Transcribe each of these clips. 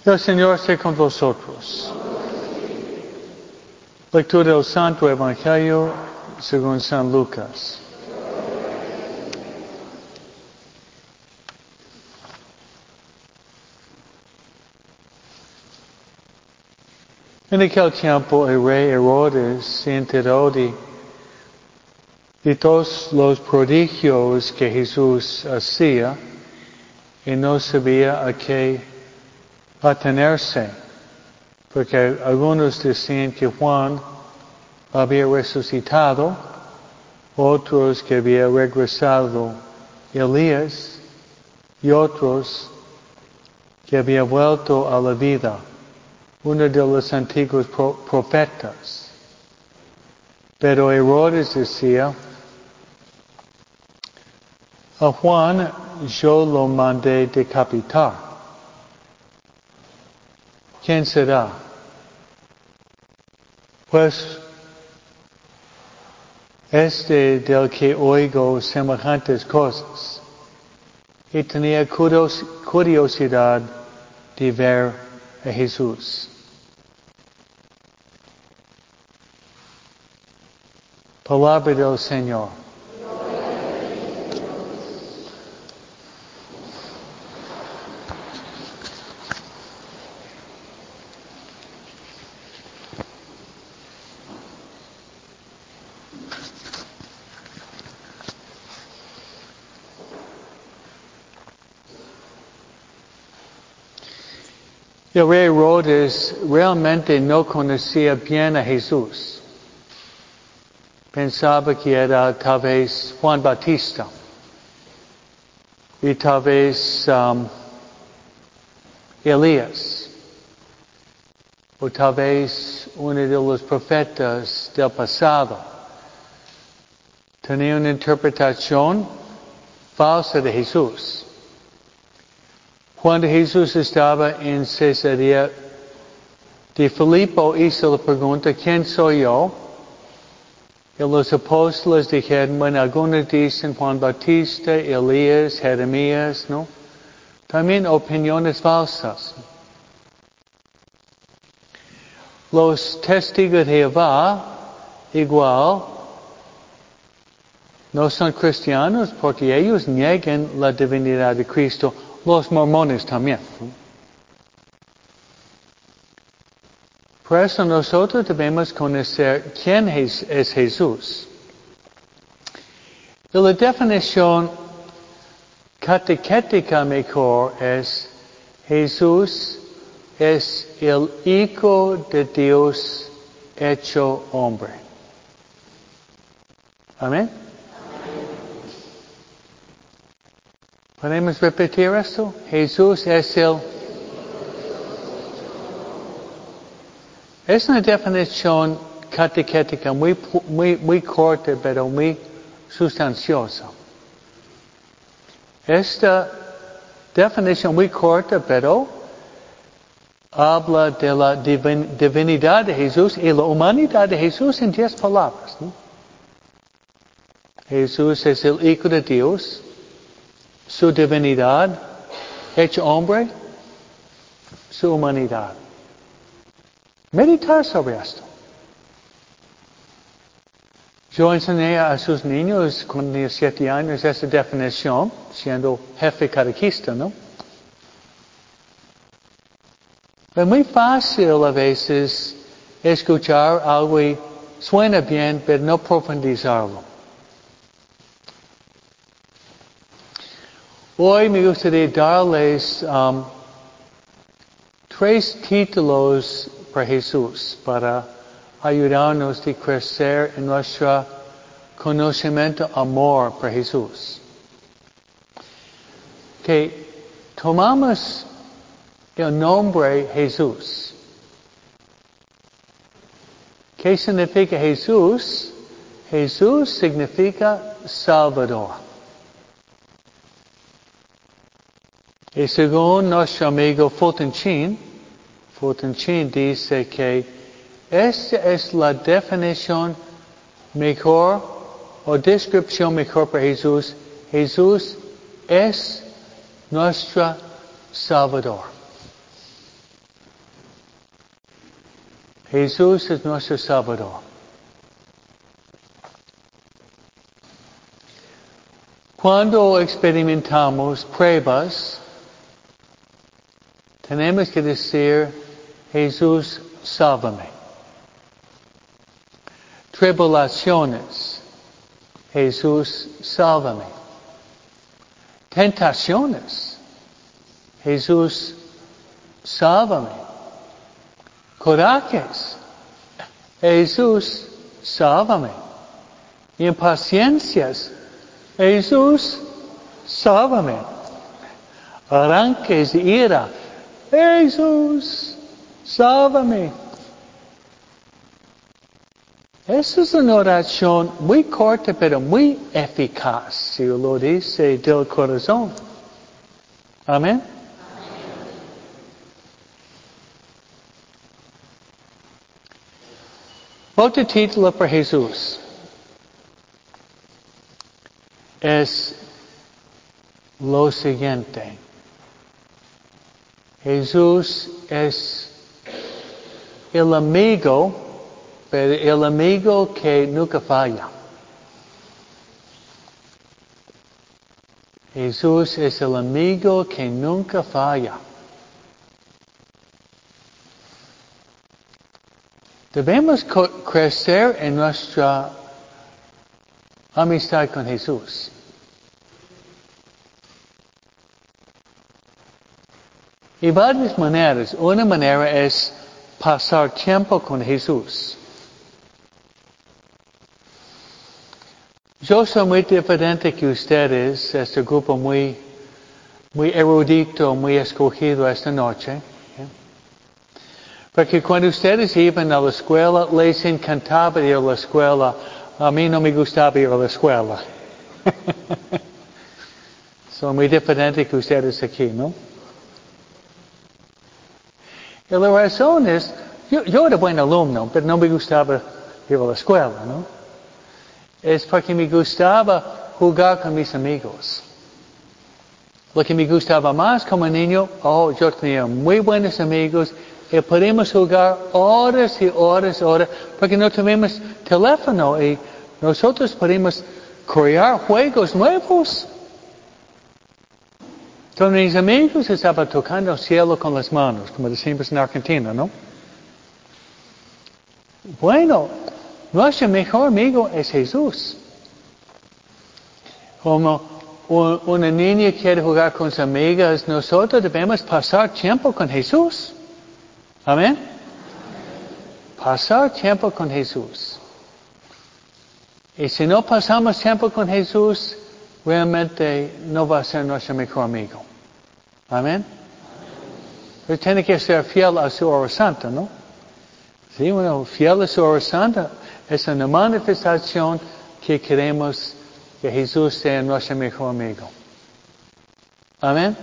El Señor esté con vosotros. Lectura del Santo Evangelio según San Lucas. En aquel tiempo el rey Herodes se enteró de todos los prodigios que Jesús hacía y no sabía a qué atenerse, porque algunos decían que Juan había resucitado, otros que había regresado Elías y otros que había vuelto a la vida uno de los antiguos profetas. Pero Herodes decía, a Juan yo lo mandé decapitar. ¿Quién será? Pues del que oigo semejantes cosas y tenía curiosidad de ver a Jesús. Palabra del Señor. El rey Herodes realmente no conocía bien a Jesús. Pensaba que era tal vez Juan Bautista y tal vez Elías o tal vez uno de los profetas del pasado. Tenía una interpretación falsa de Jesús. Cuando Jesús estaba en Cesarea de Filipo hizo la pregunta, ¿quién soy yo? Y los apóstoles dijeron, bueno, algunos dicen Juan Bautista, Elías, Jeremías, ¿no? También opiniones falsas. Los testigos de Jehová, igual, no son cristianos porque ellos niegan la divinidad de Cristo. Los mormones también. Por eso nosotros debemos conocer quién es Jesús. Y la definición catequética mejor es Jesús es el Hijo de Dios hecho hombre. Amén. ¿Podemos repetir esto? Jesús es Es una definición catequética muy corta, pero muy sustanciosa. Esta definición muy corta, pero habla de la divinidad de Jesús y la humanidad de Jesús en 10 palabras, ¿no? Jesús es el Hijo de Dios, su divinidad, hecho hombre, su humanidad. Meditar sobre esto. Yo enseñé a sus niños cuando tenía 7 años esa definición, siendo jefe catequista, ¿no? Es muy fácil a veces escuchar algo y suena bien, pero no profundizarlo. Hoy me gustaría darles 3 títulos para Jesús, para ayudarnos a crecer en nuestro conocimiento, amor para Jesús. Que tomamos el nombre Jesús. ¿Qué significa Jesús? Jesús significa Salvador. Y según nuestro amigo Fulton Sheen dice que esta es la definición mejor o descripción mejor para Jesús. Jesús es nuestro Salvador. Jesús es nuestro Salvador. Cuando experimentamos pruebas, tenemos que decir, Jesús, sálvame. Tribulaciones, Jesús, sálvame. Tentaciones, Jesús, sálvame. Corajes, Jesús, sálvame. Impaciencias, Jesús, sálvame. Arranques de ira, Jesús, sálvame. Esa es una oración muy corta pero muy eficaz, si lo dice del corazón. Amén. Otro título para Jesús es lo siguiente. Jesús es el amigo, pero el amigo que nunca falla. Jesús es el amigo que nunca falla. Debemos crecer en nuestra amistad con Jesús. Y varias maneras. Una manera es pasar tiempo con Jesús. Yo soy muy diferente que ustedes, este grupo muy erudito, muy escogido esta noche. Porque cuando ustedes iban a la escuela, les encantaba ir a la escuela. A mí no me gustaba ir a la escuela. Son muy diferentes que ustedes aquí, ¿no? Y la razón es, yo era buen alumno, pero no me gustaba ir a la escuela, ¿no? Es porque me gustaba jugar con mis amigos. Lo que me gustaba más como niño, yo tenía muy buenos amigos y podíamos jugar horas y horas, porque no teníamos teléfono y nosotros podíamos crear juegos nuevos. Con mis amigos estaba tocando el cielo con las manos, como decimos en Argentina, ¿no? Bueno, nuestro mejor amigo es Jesús. Como una niña quiere jugar con sus amigas, nosotros debemos pasar tiempo con Jesús. Amén. Pasar tiempo con Jesús. Y si no pasamos tiempo con Jesús, realmente no va a ser nuestro mejor amigo. Amén. Pero tiene que ser fiel a su hora santa, ¿no? Sí, bueno, fiel a su hora santa es una manifestación que queremos que Jesús sea nuestro mejor amigo. Amén.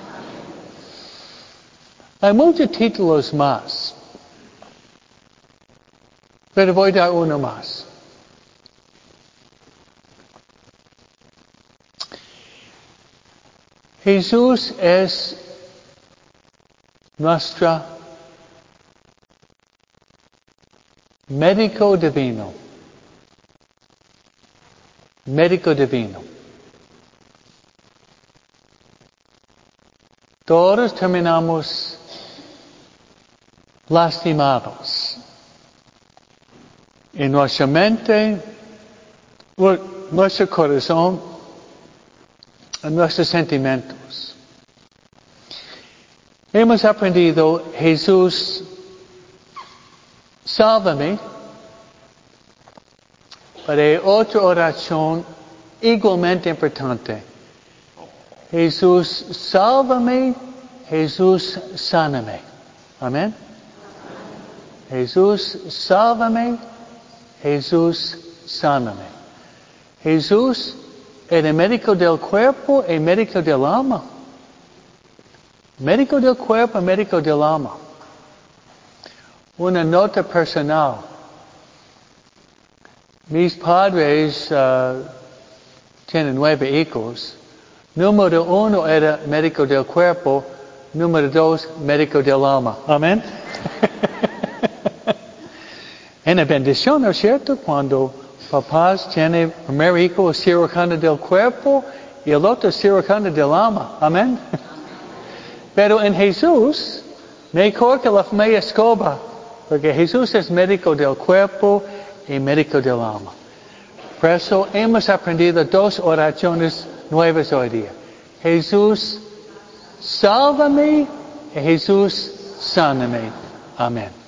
Hay muchos títulos más, pero voy a dar uno más. Jesús es nuestro médico divino. Médico divino. Todos terminamos lastimados en nuestra mente, nuestro corazón, en nuestros sentimientos. Hemos aprendido, Jesús, sálvame, pero otra oración igualmente importante. Jesús, sálvame, Jesús, sáname. Amén. Jesús, sálvame, Jesús, sáname. Jesús es el médico del cuerpo y médico del alma. Médico del cuerpo y médico del alma. Una nota personal. Mis padres tienen 9 hijos. Número 1 era médico del cuerpo. Número 2, médico del alma. Amén. En la bendición, ¿no es cierto? Cuando papás tienen primer hijo cirujano del cuerpo y el otro cirujano del alma. Amén. Pero en Jesús, mejor que la familia Escobar, porque Jesús es médico del cuerpo y médico del alma. Por eso hemos aprendido 2 oraciones nuevas hoy día. Jesús, sálvame, y Jesús, sáname. Amén.